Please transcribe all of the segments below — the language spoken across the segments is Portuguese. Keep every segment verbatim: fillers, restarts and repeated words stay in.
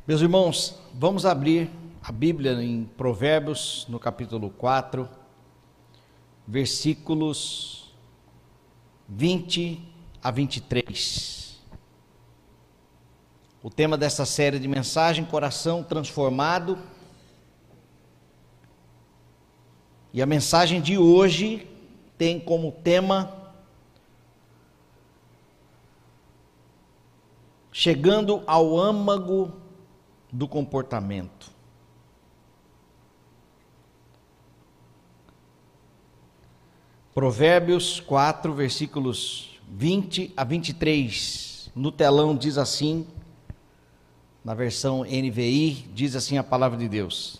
Meus irmãos, vamos abrir a Bíblia em Provérbios, no capítulo quatro, versículos vinte a vinte e três. O tema dessa série de mensagem, coração transformado. E a mensagem de hoje tem como tema chegando ao âmago do comportamento. Provérbios quatro, versículos vinte a vinte e três. No telão diz assim, na versão N V I, diz assim a palavra de Deus: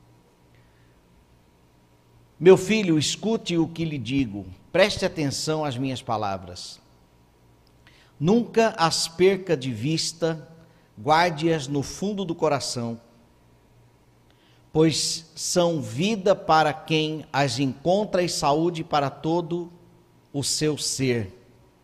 Meu filho, escute o que lhe digo, preste atenção às minhas palavras. Nunca as perca de vista, guarde-as no fundo do coração, pois são vida para quem as encontra e saúde para todo o seu ser.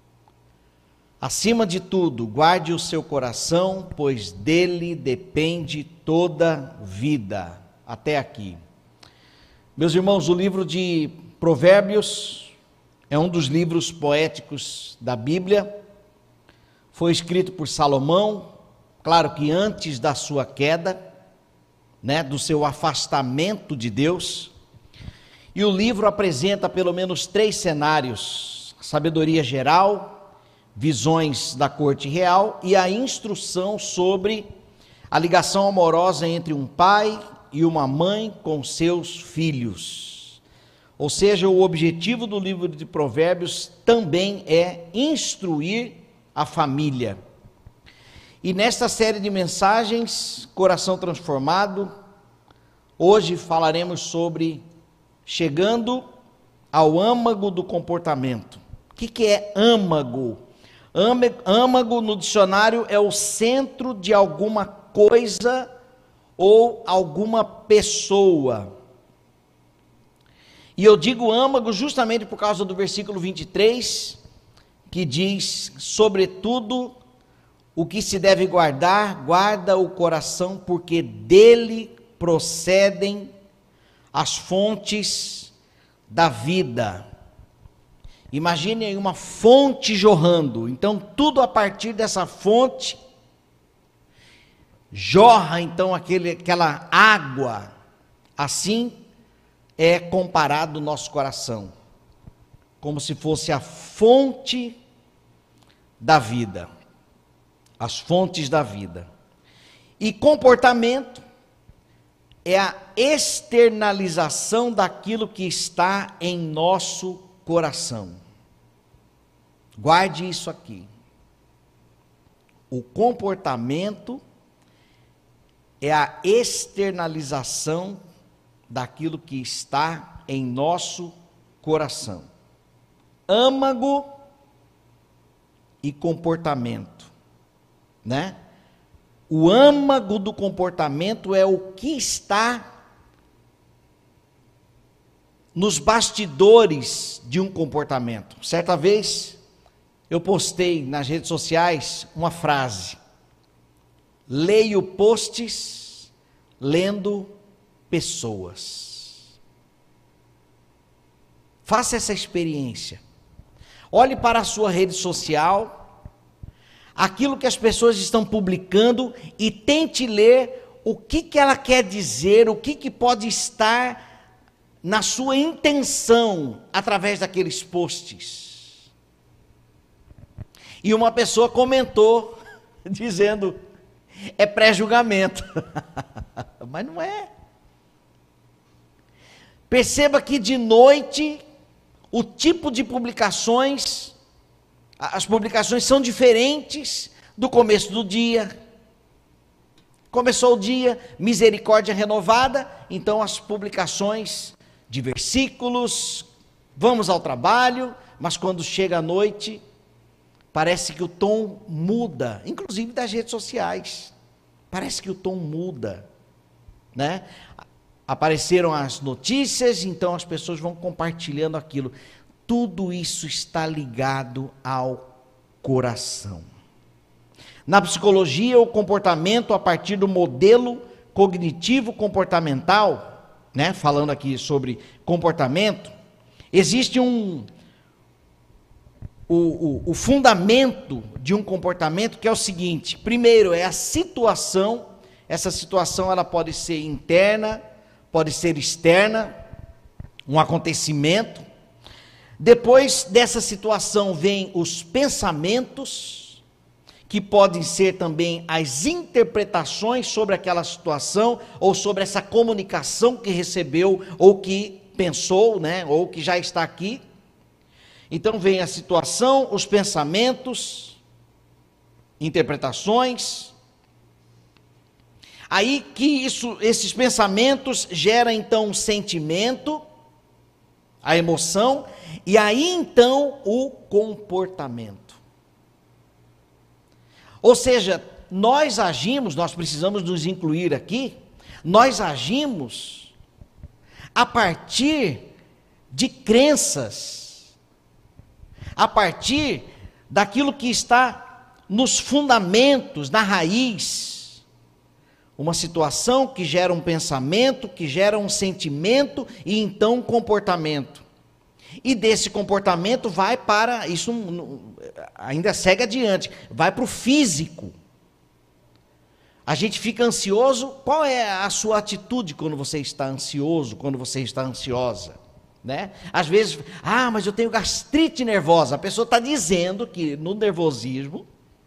Acima de tudo, guarde o seu coração, pois dele depende toda vida. Até aqui. Meus irmãos, o livro de Provérbios é um dos livros poéticos da Bíblia. Foi escrito por Salomão, claro que antes da sua queda, né, do seu afastamento de Deus. E o livro apresenta pelo menos três cenários: sabedoria geral, visões da corte real e a instrução sobre a ligação amorosa entre um pai e uma mãe com seus filhos. Ou seja, o objetivo do livro de Provérbios também é instruir a família. E nesta série de mensagens, Coração Transformado, hoje falaremos sobre chegando ao âmago do comportamento. O que, que é âmago? Âmago no dicionário é o centro de alguma coisa ou alguma pessoa. E eu digo âmago justamente por causa do versículo vinte e três, que diz: sobretudo o que se deve guardar, guarda o coração, porque dele procedem as fontes da vida. Imaginem uma fonte jorrando, então tudo a partir dessa fonte jorra então aquele, aquela água. Assim é comparado o nosso coração, como se fosse a fonte da vida. As fontes da vida. E comportamento é a externalização daquilo que está em nosso coração. Guarde isso aqui. O comportamento é a externalização daquilo que está em nosso coração. Âmago e comportamento. Né? O âmago do comportamento é o que está nos bastidores de um comportamento. Certa vez eu postei nas redes sociais uma frase: leio posts lendo pessoas. Faça essa experiência. Olhe para a sua rede social, aquilo que as pessoas estão publicando, e tente ler o que, que ela quer dizer, o que, que pode estar na sua intenção através daqueles posts. E uma pessoa comentou dizendo: é pré-julgamento. Mas não é. Perceba que de noite o tipo de publicações, as publicações são diferentes do começo do dia. Começou o dia, misericórdia renovada, então as publicações de versículos, vamos ao trabalho, mas quando chega a noite, parece que o tom muda, inclusive das redes sociais. Parece que o tom muda, né? Apareceram as notícias, então as pessoas vão compartilhando aquilo. Tudo isso está ligado ao coração. Na psicologia, o comportamento a partir do modelo cognitivo comportamental, né, falando aqui sobre comportamento, existe um o, o, o fundamento de um comportamento que é o seguinte: primeiro é a situação. Essa situação ela pode ser interna, pode ser externa, um acontecimento. Depois dessa situação vem os pensamentos, que podem ser também as interpretações sobre aquela situação, ou sobre essa comunicação que recebeu, ou que pensou, né, ou que já está aqui. Então vem a situação, os pensamentos, interpretações. Aí que isso, esses pensamentos geram então um sentimento, a emoção, e aí então o comportamento. Ou seja, nós agimos, nós precisamos nos incluir aqui, nós agimos a partir de crenças, a partir daquilo que está nos fundamentos, na raiz. Uma situação que gera um pensamento, que gera um sentimento e então um comportamento. E desse comportamento vai para, isso ainda segue adiante, vai para o físico. A gente fica ansioso. Qual é a sua atitude quando você está ansioso, quando você está ansiosa? Né? Às vezes, ah, mas eu tenho gastrite nervosa. A pessoa está dizendo que no nervosismo,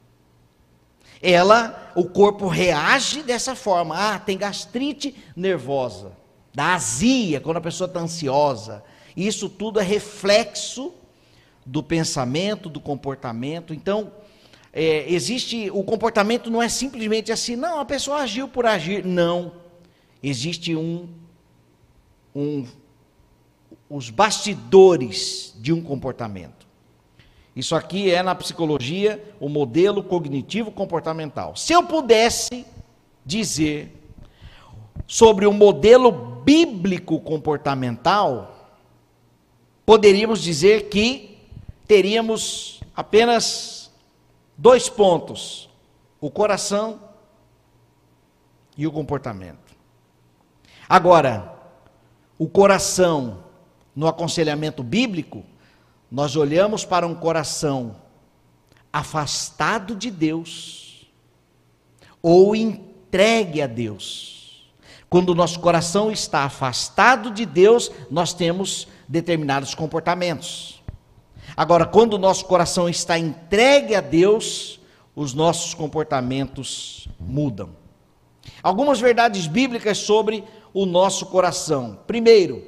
ela, o corpo reage dessa forma. Ah, tem gastrite nervosa, dá azia quando a pessoa está ansiosa. Isso tudo é reflexo do pensamento, do comportamento. Então, é, existe, o comportamento não é simplesmente assim, não, a pessoa agiu por agir. Não, existe um, um, os bastidores de um comportamento. Isso aqui é na psicologia o modelo cognitivo comportamental. Se eu pudesse dizer sobre o modelo bíblico comportamental, poderíamos dizer que teríamos apenas dois pontos: o coração e o comportamento. Agora, o coração, no aconselhamento bíblico, nós olhamos para um coração afastado de Deus ou entregue a Deus. Quando o nosso coração está afastado de Deus, nós temos determinados comportamentos. Agora, quando o nosso coração está entregue a Deus, os nossos comportamentos mudam. Algumas verdades bíblicas sobre o nosso coração. Primeiro,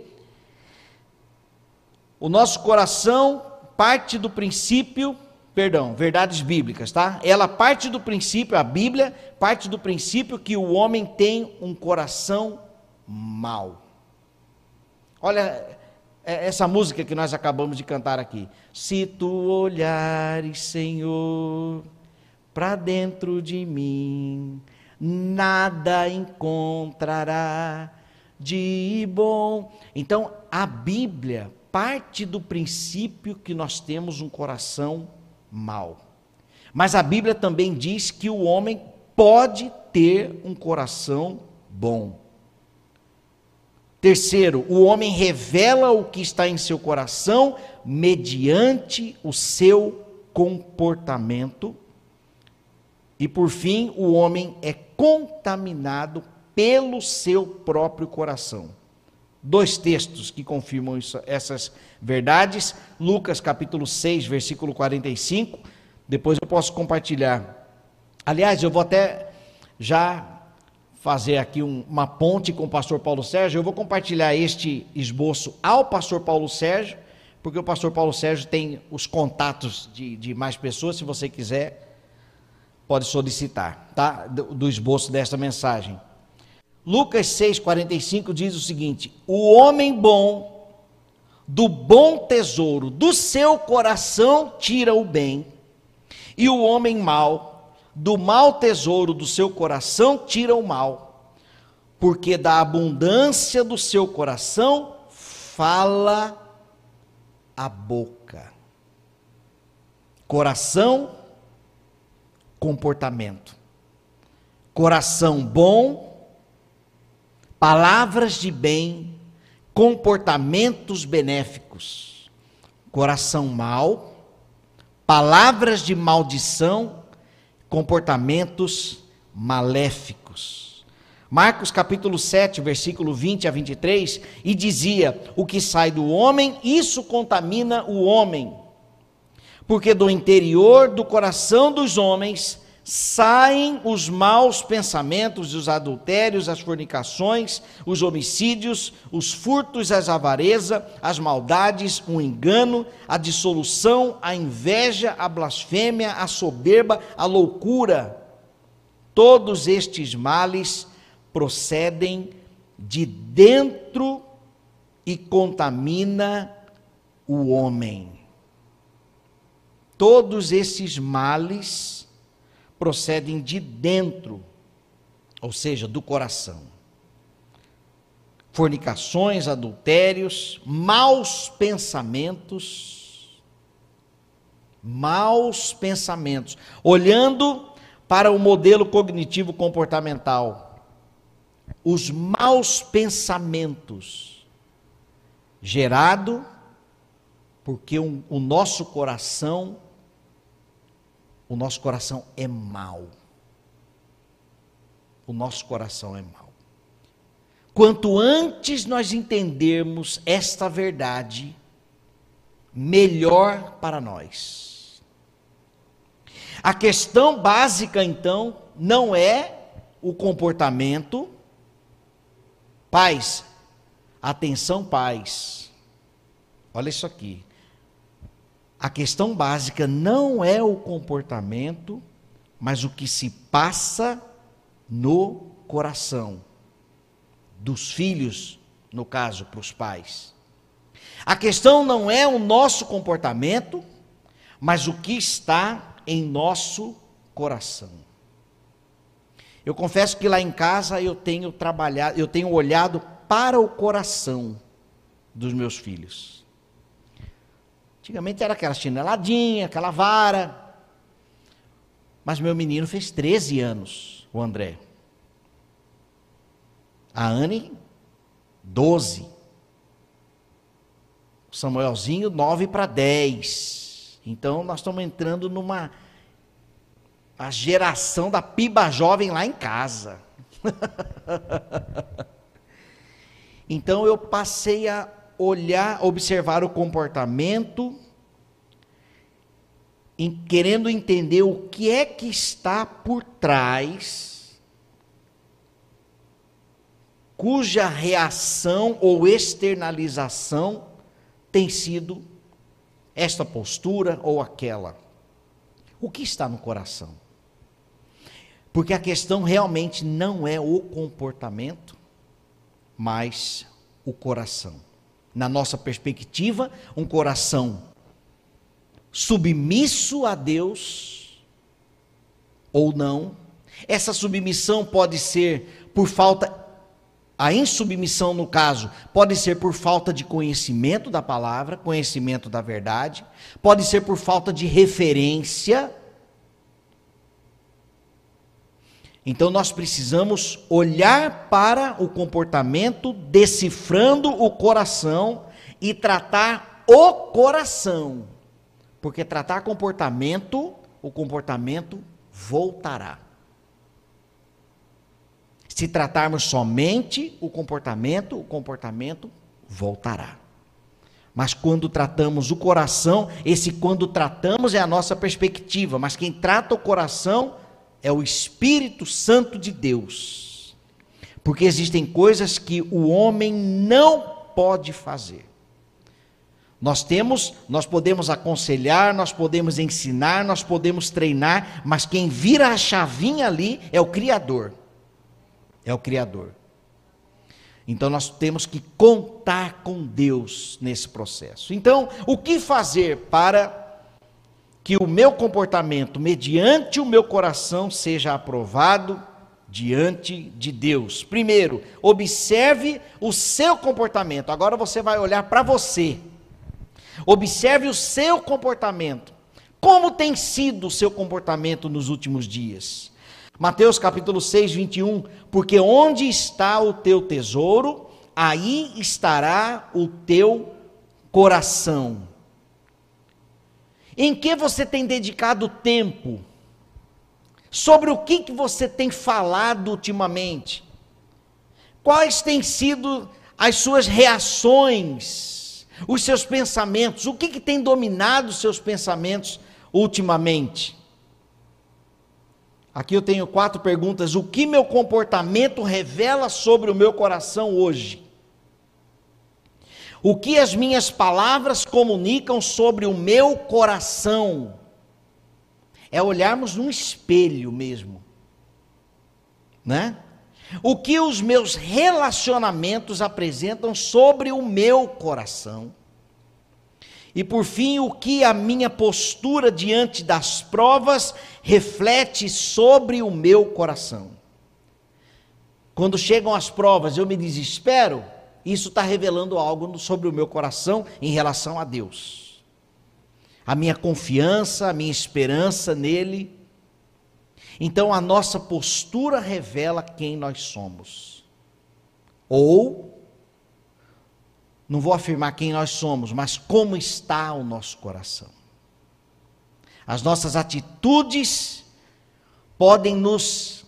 o nosso coração parte do princípio, perdão, verdades bíblicas, tá? Ela parte do princípio, a Bíblia parte do princípio que o homem tem um coração mau. Olha essa música que nós acabamos de cantar aqui. Se tu olhares, Senhor, para dentro de mim, nada encontrará de bom. Então, a Bíblia parte do princípio que nós temos um coração mau. Mas a Bíblia também diz que o homem pode ter um coração bom. Terceiro, o homem revela o que está em seu coração mediante o seu comportamento. E por fim, o homem é contaminado pelo seu próprio coração. Dois textos que confirmam isso, essas verdades. Lucas capítulo seis, versículo quarenta e cinco. Depois eu posso compartilhar. Aliás, eu vou até já fazer aqui um, uma ponte com o pastor Paulo Sérgio. Eu vou compartilhar este esboço ao pastor Paulo Sérgio, porque o pastor Paulo Sérgio tem os contatos de, de mais pessoas. Se você quiser, pode solicitar, tá? Do, do esboço desta mensagem. Lucas seis, quarenta e cinco diz o seguinte: o homem bom, do bom tesouro do seu coração tira o bem, e o homem mau, do mau tesouro do seu coração tira o mal, porque da abundância do seu coração fala a boca. Coração, comportamento. Coração bom, palavras de bem, comportamentos benéficos. Coração mau, palavras de maldição, comportamentos maléficos. Marcos capítulo sete, versículo vinte a vinte e três, e dizia: o que sai do homem, isso contamina o homem, porque do interior do coração dos homens saem os maus pensamentos, os adultérios, as fornicações, os homicídios, os furtos, as avarezas, as maldades, o engano, a dissolução, a inveja, a blasfêmia, a soberba, a loucura. Todos estes males procedem de dentro e contamina o homem. Todos esses males procedem de dentro, ou seja, do coração. Fornicações, adultérios, maus pensamentos, maus pensamentos. Olhando para o modelo cognitivo comportamental, os maus pensamentos gerado porque o, o nosso coração O nosso coração é mau. O nosso coração é mau. Quanto antes nós entendermos esta verdade, melhor para nós. A questão básica, então, não é o comportamento. Pais, atenção, pais. Olha isso aqui. A questão básica não é o comportamento, mas o que se passa no coração dos filhos, no caso, para os pais. A questão não é o nosso comportamento, mas o que está em nosso coração. Eu confesso que lá em casa eu tenho trabalhado, eu tenho olhado para o coração dos meus filhos. Antigamente era aquela chineladinha, aquela vara. Mas meu menino fez treze anos, o André. A Anne, doze. O Samuelzinho, nove para dez. Então nós estamos entrando numa a geração da piba jovem lá em casa. Então eu passei a olhar, observar o comportamento, em, querendo entender o que é que está por trás, cuja reação ou externalização tem sido esta postura ou aquela. O que está no coração? Porque a questão realmente não é o comportamento, mas o coração. Na nossa perspectiva, um coração submisso a Deus ou não. Essa submissão pode ser por falta, a insubmissão no caso, pode ser por falta de conhecimento da palavra, conhecimento da verdade, pode ser por falta de referência. Então nós precisamos olhar para o comportamento, decifrando o coração e tratar o coração. Porque tratar comportamento, o comportamento voltará. Se tratarmos somente o comportamento, o comportamento voltará. Mas quando tratamos o coração, esse quando tratamos é a nossa perspectiva, mas quem trata o coração é o Espírito Santo de Deus. Porque existem coisas que o homem não pode fazer. Nós temos, nós podemos aconselhar, nós podemos ensinar, nós podemos treinar, mas quem vira a chavinha ali é o Criador. É o Criador. Então nós temos que contar com Deus nesse processo. Então, o que fazer para que o meu comportamento, mediante o meu coração, seja aprovado diante de Deus? Primeiro, observe o seu comportamento. Agora você vai olhar para você. Observe o seu comportamento. Como tem sido o seu comportamento nos últimos dias? Mateus capítulo seis, vinte e um, porque onde está o teu tesouro, aí estará o teu coração. Em que você tem dedicado tempo? Sobre o que, que você tem falado ultimamente? Quais têm sido as suas reações, os seus pensamentos? O que, que tem dominado os seus pensamentos ultimamente? Aqui eu tenho quatro perguntas. O que meu comportamento revela sobre o meu coração hoje? O que as minhas palavras comunicam sobre o meu coração? É olharmos num espelho mesmo, né? O que os meus relacionamentos apresentam sobre o meu coração? E por fim, o que a minha postura diante das provas reflete sobre o meu coração? Quando chegam as provas, eu me desespero, isso está revelando algo sobre o meu coração em relação a Deus. A minha confiança, a minha esperança nele. Então a nossa postura revela quem nós somos. Ou, não vou afirmar quem nós somos, mas como está o nosso coração. As nossas atitudes podem nos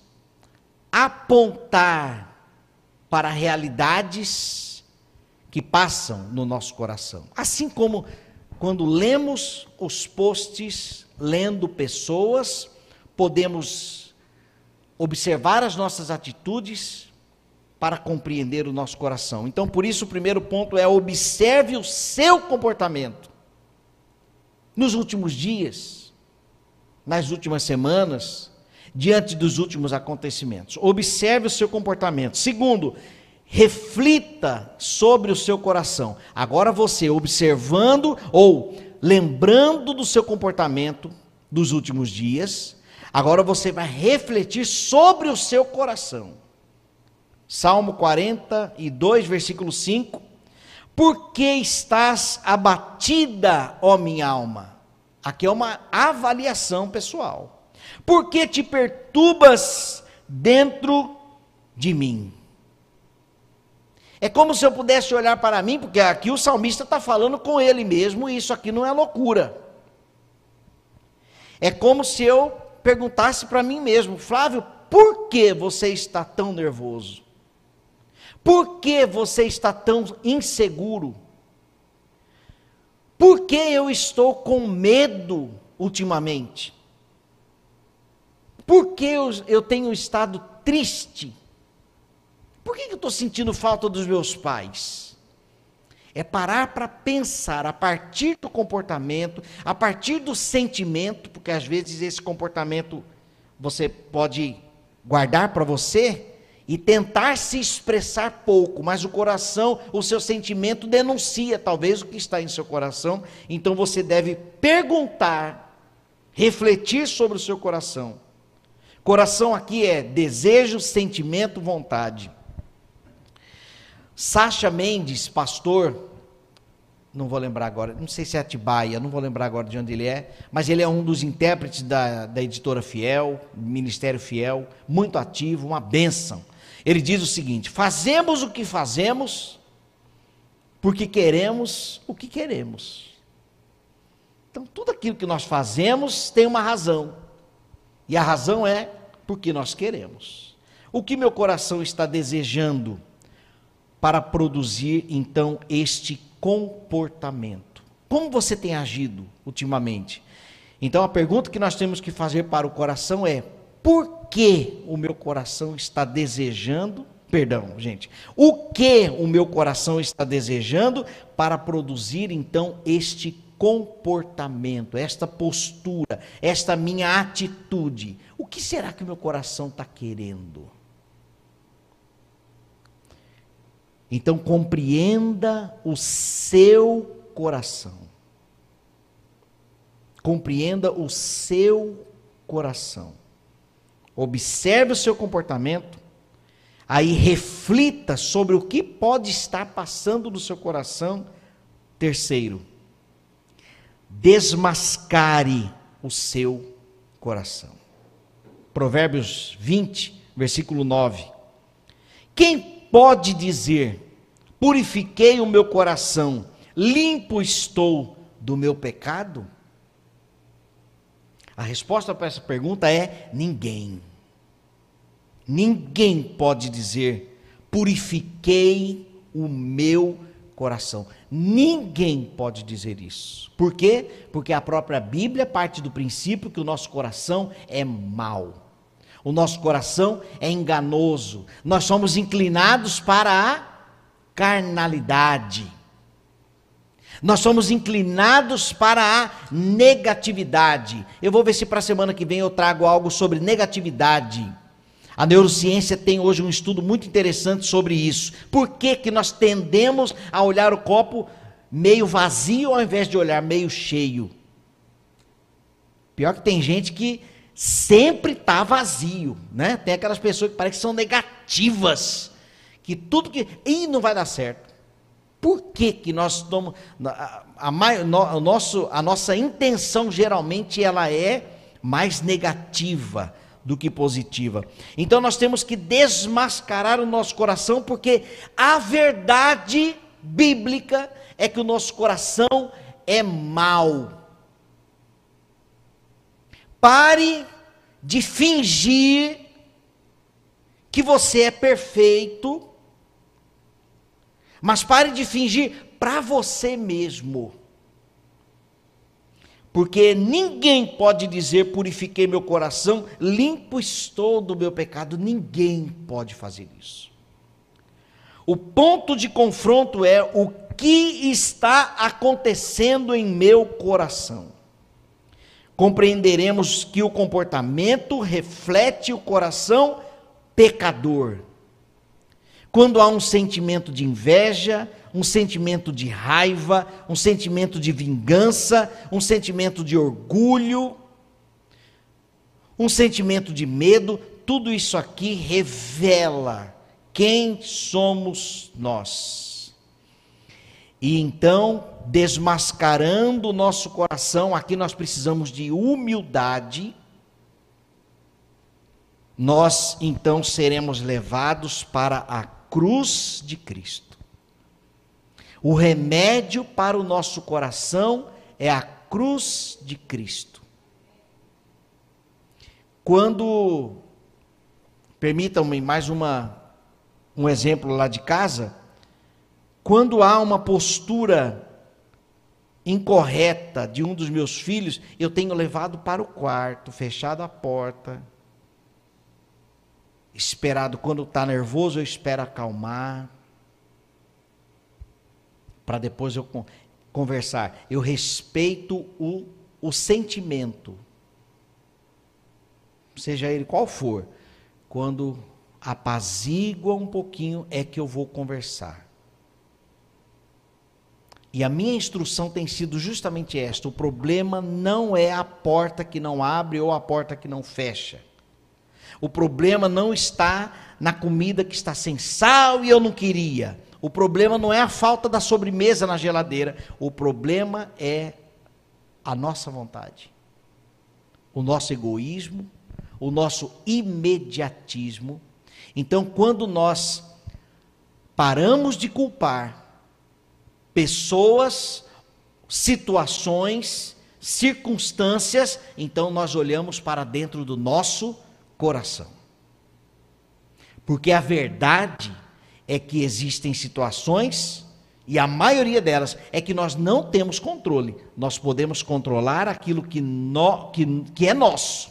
apontar para realidades que passam no nosso coração. Assim como quando lemos os posts, lendo pessoas, podemos observar as nossas atitudes para compreender o nosso coração. Então, por isso, o primeiro ponto é: observe o seu comportamento. Nos últimos dias, nas últimas semanas, diante dos últimos acontecimentos. Observe o seu comportamento. Segundo, reflita sobre o seu coração. Agora você, observando ou lembrando do seu comportamento dos últimos dias, agora você vai refletir sobre o seu coração. Salmo quarenta e dois, versículo cinco. Por que estás abatida, ó minha alma? Aqui é uma avaliação pessoal. Por que te perturbas dentro de mim? É como se eu pudesse olhar para mim, porque aqui o salmista está falando com ele mesmo, e isso aqui não é loucura. É como se eu perguntasse para mim mesmo: Flávio, por que você está tão nervoso? Por que você está tão inseguro? Por que eu estou com medo ultimamente? Por que eu, eu tenho estado triste? Por que eu estou sentindo falta dos meus pais? É parar para pensar a partir do comportamento, a partir do sentimento, porque às vezes esse comportamento você pode guardar para você e tentar se expressar pouco, mas o coração, o seu sentimento denuncia talvez o que está em seu coração. Então você deve perguntar, refletir sobre o seu coração. Coração aqui é desejo, sentimento, vontade. Sacha Mendes, pastor, não vou lembrar agora, não sei se é Atibaia, não vou lembrar agora de onde ele é, mas ele é um dos intérpretes da, da editora Fiel, Ministério Fiel, muito ativo, uma bênção. Ele diz o seguinte: fazemos o que fazemos porque queremos o que queremos. Então tudo aquilo que nós fazemos tem uma razão, e a razão é porque nós queremos. O que meu coração está desejando para produzir então este comportamento? Como você tem agido ultimamente? Então a pergunta que nós temos que fazer para o coração é: por que o meu coração está desejando, perdão, gente, o que o meu coração está desejando para produzir então este comportamento, esta postura, esta minha atitude? O que será que o meu coração está querendo? Então compreenda o seu coração. Compreenda o seu coração. Observe o seu comportamento, aí reflita sobre o que pode estar passando no seu coração. Terceiro, desmascare o seu coração. Provérbios vinte, versículo nove. Quem pode dizer, purifiquei o meu coração, limpo estou do meu pecado? A resposta para essa pergunta é ninguém. Ninguém pode dizer, purifiquei o meu coração. Ninguém pode dizer isso. Por quê? Porque a própria Bíblia parte do princípio que o nosso coração é mau. O nosso coração é enganoso. Nós somos inclinados para a carnalidade. Nós somos inclinados para a negatividade. Eu vou ver se para a semana que vem eu trago algo sobre negatividade. A neurociência tem hoje um estudo muito interessante sobre isso. Por que que nós tendemos a olhar o copo meio vazio ao invés de olhar meio cheio? Pior que tem gente que sempre está vazio, né? Tem aquelas pessoas que parecem que são negativas, que tudo que... Ih, não vai dar certo. Por que que nós estamos... A, a, a, nosso, a nossa intenção, geralmente, ela é mais negativa do que positiva. Então, nós temos que desmascarar o nosso coração, porque a verdade bíblica é que o nosso coração é mau. Pare de fingir que você é perfeito, mas pare de fingir para você mesmo. Porque ninguém pode dizer, purifiquei meu coração, limpo estou do meu pecado. Ninguém pode fazer isso. O ponto de confronto é o que está acontecendo em meu coração. Compreenderemos que o comportamento reflete o coração pecador. Quando há um sentimento de inveja, um sentimento de raiva, um sentimento de vingança, um sentimento de orgulho, um sentimento de medo, tudo isso aqui revela quem somos nós. E então, desmascarando o nosso coração, aqui nós precisamos de humildade. Nós então seremos levados para a cruz de Cristo. O remédio para o nosso coração é a cruz de Cristo. Quando, permitam-me mais uma, um exemplo lá de casa, quando há uma postura incorreta de um dos meus filhos, eu tenho levado para o quarto, fechado a porta, esperado, quando está nervoso, eu espero acalmar, para depois eu conversar. Eu respeito o, o sentimento, seja ele qual for. Quando apazigua um pouquinho, é que eu vou conversar. E a minha instrução tem sido justamente esta: o problema não é a porta que não abre ou a porta que não fecha. O problema não está na comida que está sem sal e eu não queria. O problema não é a falta da sobremesa na geladeira. O problema é a nossa vontade, o nosso egoísmo, o nosso imediatismo. Então, quando nós paramos de culpar pessoas, situações, circunstâncias, então nós olhamos para dentro do nosso coração. Porque a verdade é que existem situações, e a maioria delas é que nós não temos controle. Nós podemos controlar aquilo que, no, que, que é nosso.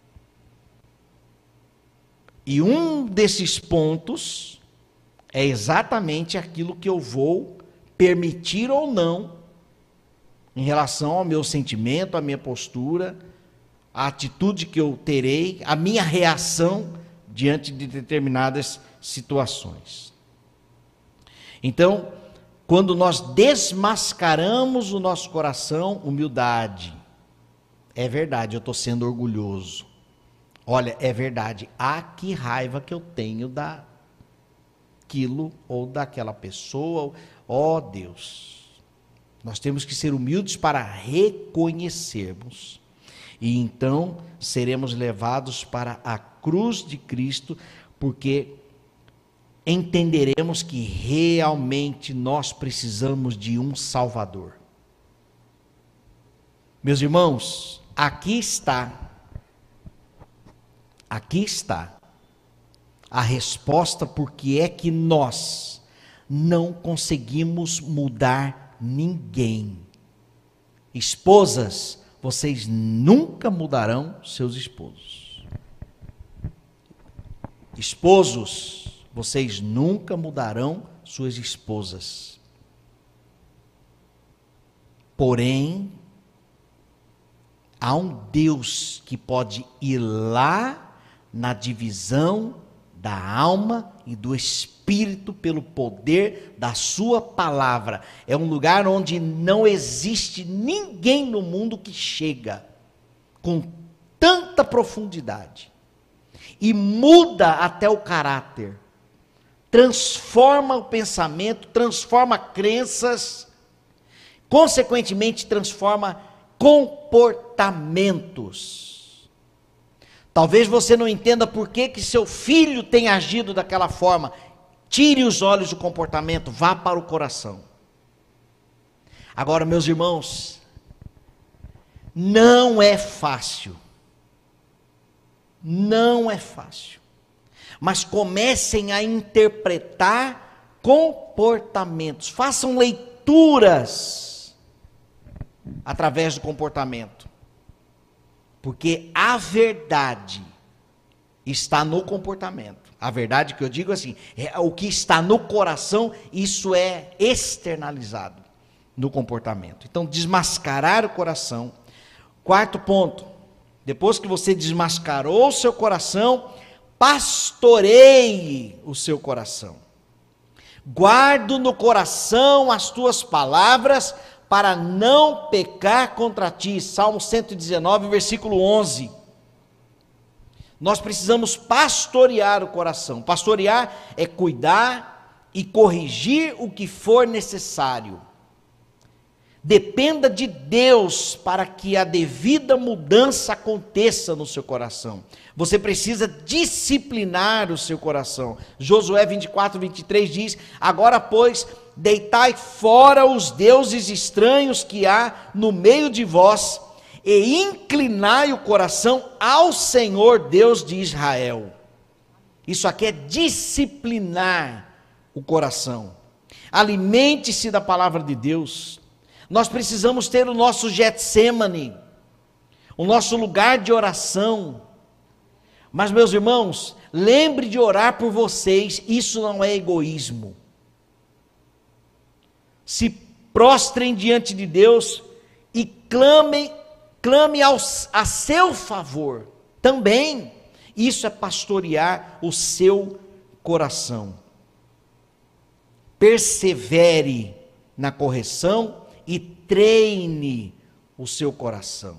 E um desses pontos é exatamente aquilo que eu vou permitir ou não em relação ao meu sentimento, à minha postura, a atitude que eu terei, a minha reação diante de determinadas situações. Então, quando nós desmascaramos o nosso coração, humildade. É verdade, eu estou sendo orgulhoso. Olha, é verdade, ah, que raiva que eu tenho daquilo ou daquela pessoa. Ó oh, Deus, nós temos que ser humildes para reconhecermos. E então seremos levados para a cruz de Cristo, porque entenderemos que realmente nós precisamos de um Salvador. Meus irmãos, aqui está, aqui está a resposta porque é que nós não conseguimos mudar ninguém. Esposas, vocês nunca mudarão seus esposos. Esposos, vocês nunca mudarão suas esposas. Porém, há um Deus que pode ir lá na divisão da alma e do espírito pelo poder da sua palavra. É um lugar onde não existe ninguém no mundo que chega com tanta profundidade e muda até o caráter, transforma o pensamento, transforma crenças, consequentemente transforma comportamentos. Talvez você não entenda por que que seu filho tem agido daquela forma. Tire os olhos do comportamento, vá para o coração. Agora, meus irmãos, não é fácil. Não é fácil. Mas comecem a interpretar comportamentos. Façam leituras através do comportamento. Porque a verdade está no comportamento. A verdade que eu digo assim, é o que está no coração, isso é externalizado no comportamento. Então, desmascarar o coração. Quarto ponto, depois que você desmascarou o seu coração, pastoreie o seu coração. Guardo no coração as tuas palavras, para não pecar contra ti. Salmo cento e dezenove, versículo onze. Nós precisamos pastorear o coração. Pastorear é cuidar e corrigir o que for necessário. Dependa de Deus para que a devida mudança aconteça no seu coração. Você precisa disciplinar o seu coração. Josué vinte e quatro, vinte e três diz: agora, pois, deitai fora os deuses estranhos que há no meio de vós, e inclinai o coração ao Senhor Deus de Israel. Isso aqui é disciplinar o coração. Alimente-se da palavra de Deus. Nós precisamos ter o nosso Getsêmani, o nosso lugar de oração. Mas, meus irmãos, lembre de orar por vocês, isso não é egoísmo. Se prostrem diante de Deus e clamem, clame aos, a seu favor. Também, isso é pastorear o seu coração. Persevere na correção e treine o seu coração.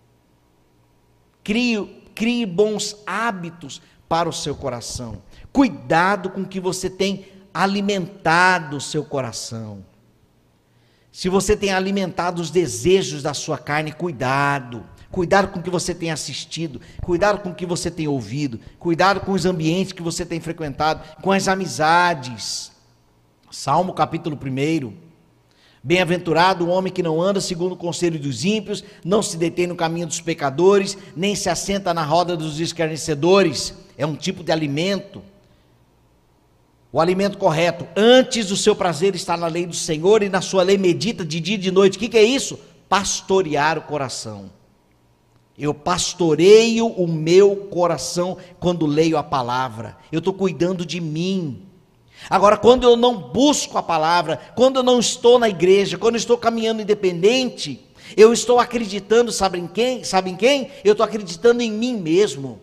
Crie, crie bons hábitos para o seu coração. Cuidado com o que você tem alimentado o seu coração. Se você tem alimentado os desejos da sua carne, cuidado. Cuidado com o que você tem assistido, cuidado com o que você tem ouvido, cuidado com os ambientes que você tem frequentado, com as amizades. Salmo capítulo um. Bem-aventurado o homem que não anda segundo o conselho dos ímpios, não se detém no caminho dos pecadores, nem se assenta na roda dos escarnecedores. É um tipo de alimento. O alimento correto. Antes o seu prazer está na lei do Senhor e na sua lei medita de dia e de noite. O que, que é isso? Pastorear o coração. Eu pastoreio o meu coração quando leio a palavra. Eu estou cuidando de mim. Agora, quando eu não busco a palavra, quando eu não estou na igreja, quando eu estou caminhando independente, eu estou acreditando, sabem quem? Sabem quem? Eu estou acreditando em mim mesmo.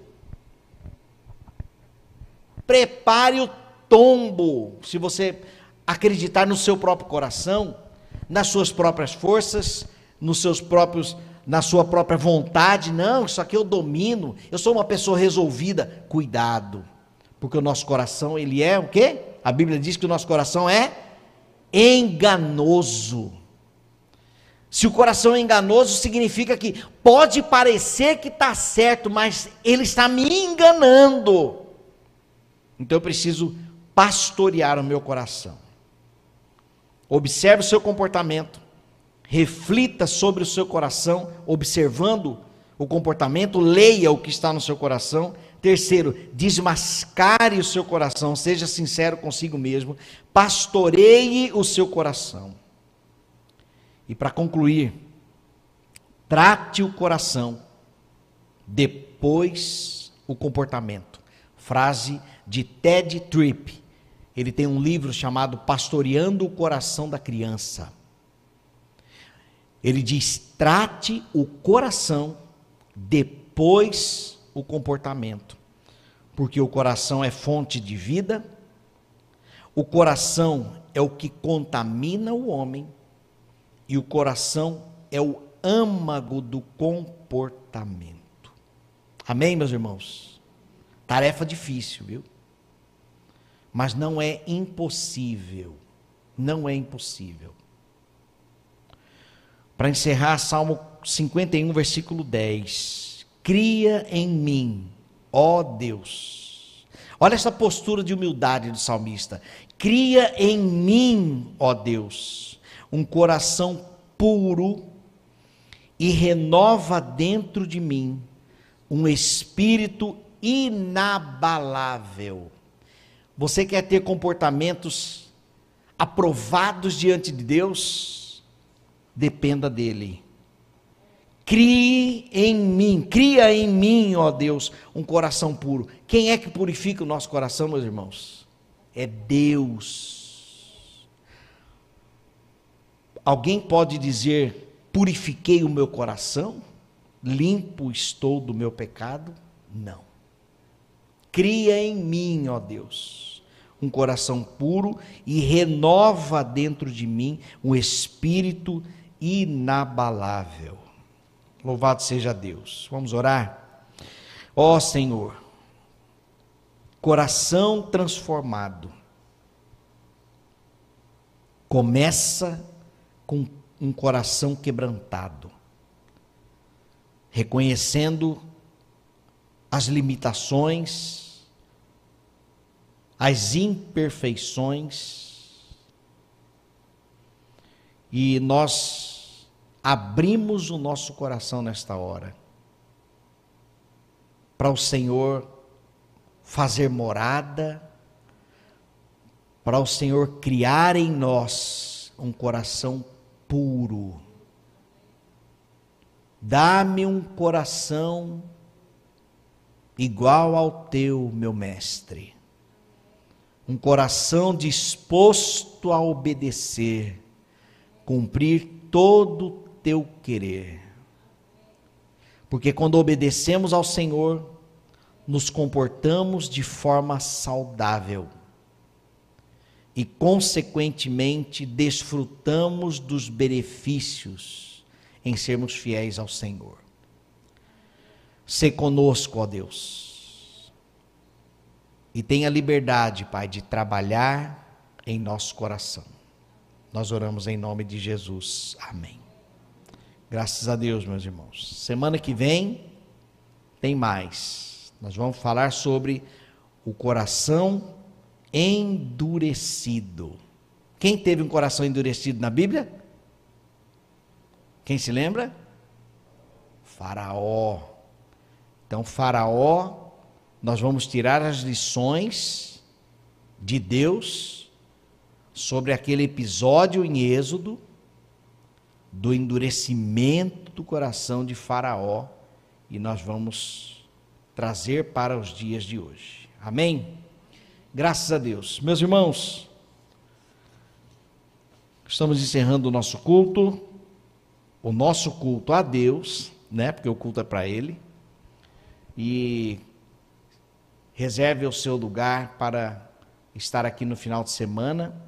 Prepare o tombo, se você acreditar no seu próprio coração, nas suas próprias forças, nos seus próprios, na sua própria vontade. Não, isso aqui eu domino, eu sou uma pessoa resolvida. Cuidado, porque o nosso coração, ele é o quê? A Bíblia diz que o nosso coração é enganoso. Se o coração é enganoso, significa que pode parecer que está certo, mas ele está me enganando. Então eu preciso pastorear o meu coração. Observe o seu comportamento, reflita sobre o seu coração, observando o comportamento, leia o que está no seu coração. Terceiro, desmascare o seu coração, seja sincero consigo mesmo, pastoreie o seu coração. E para concluir, trate o coração, depois o comportamento. Frase de Ted Tripp. Ele tem um livro chamado Pastoreando o Coração da Criança. Ele diz: trate o coração, depois o comportamento. Porque o coração é fonte de vida, o coração é o que contamina o homem, e o coração é o âmago do comportamento. Amém, meus irmãos? Tarefa difícil, viu? Mas não é impossível. Não é impossível. Para encerrar, Salmo cinquenta e um, versículo dez. Cria em mim, ó Deus. Olha essa postura de humildade do salmista. Cria em mim, ó Deus, um coração puro e renova dentro de mim um espírito inabalável. Você quer ter comportamentos aprovados diante de Deus? Dependa dele. Crie em mim, cria em mim, ó Deus, um coração puro. Quem é que purifica o nosso coração, meus irmãos? É Deus. Alguém pode dizer: purifiquei o meu coração? Limpo estou do meu pecado? Não. Cria em mim, ó Deus, um coração puro e renova dentro de mim um espírito inabalável. Louvado seja Deus. Vamos orar? Ó Senhor, coração transformado começa com um coração quebrantado, reconhecendo as limitações, as imperfeições, e nós abrimos o nosso coração nesta hora, para o Senhor fazer morada, para o Senhor criar em nós um coração puro. Dá-me um coração igual ao teu, meu mestre, um coração disposto a obedecer, cumprir todo o teu querer, porque quando obedecemos ao Senhor, nos comportamos de forma saudável e consequentemente desfrutamos dos benefícios em sermos fiéis ao Senhor. Sê conosco, ó Deus, e tenha liberdade, Pai, de trabalhar em nosso coração. Nós oramos em nome de Jesus. Amém. Graças a Deus, meus irmãos. Semana que vem tem mais. Nós vamos falar sobre o coração endurecido. Quem teve um coração endurecido na Bíblia? Quem se lembra? Faraó. Então, Faraó, nós vamos tirar as lições de Deus sobre aquele episódio em Êxodo, do endurecimento do coração de Faraó, e nós vamos trazer para os dias de hoje. Amém? Graças a Deus. Meus irmãos, estamos encerrando o nosso culto, o nosso culto a Deus, né? Porque o culto é para Ele. E reserve o seu lugar para estar aqui no final de semana.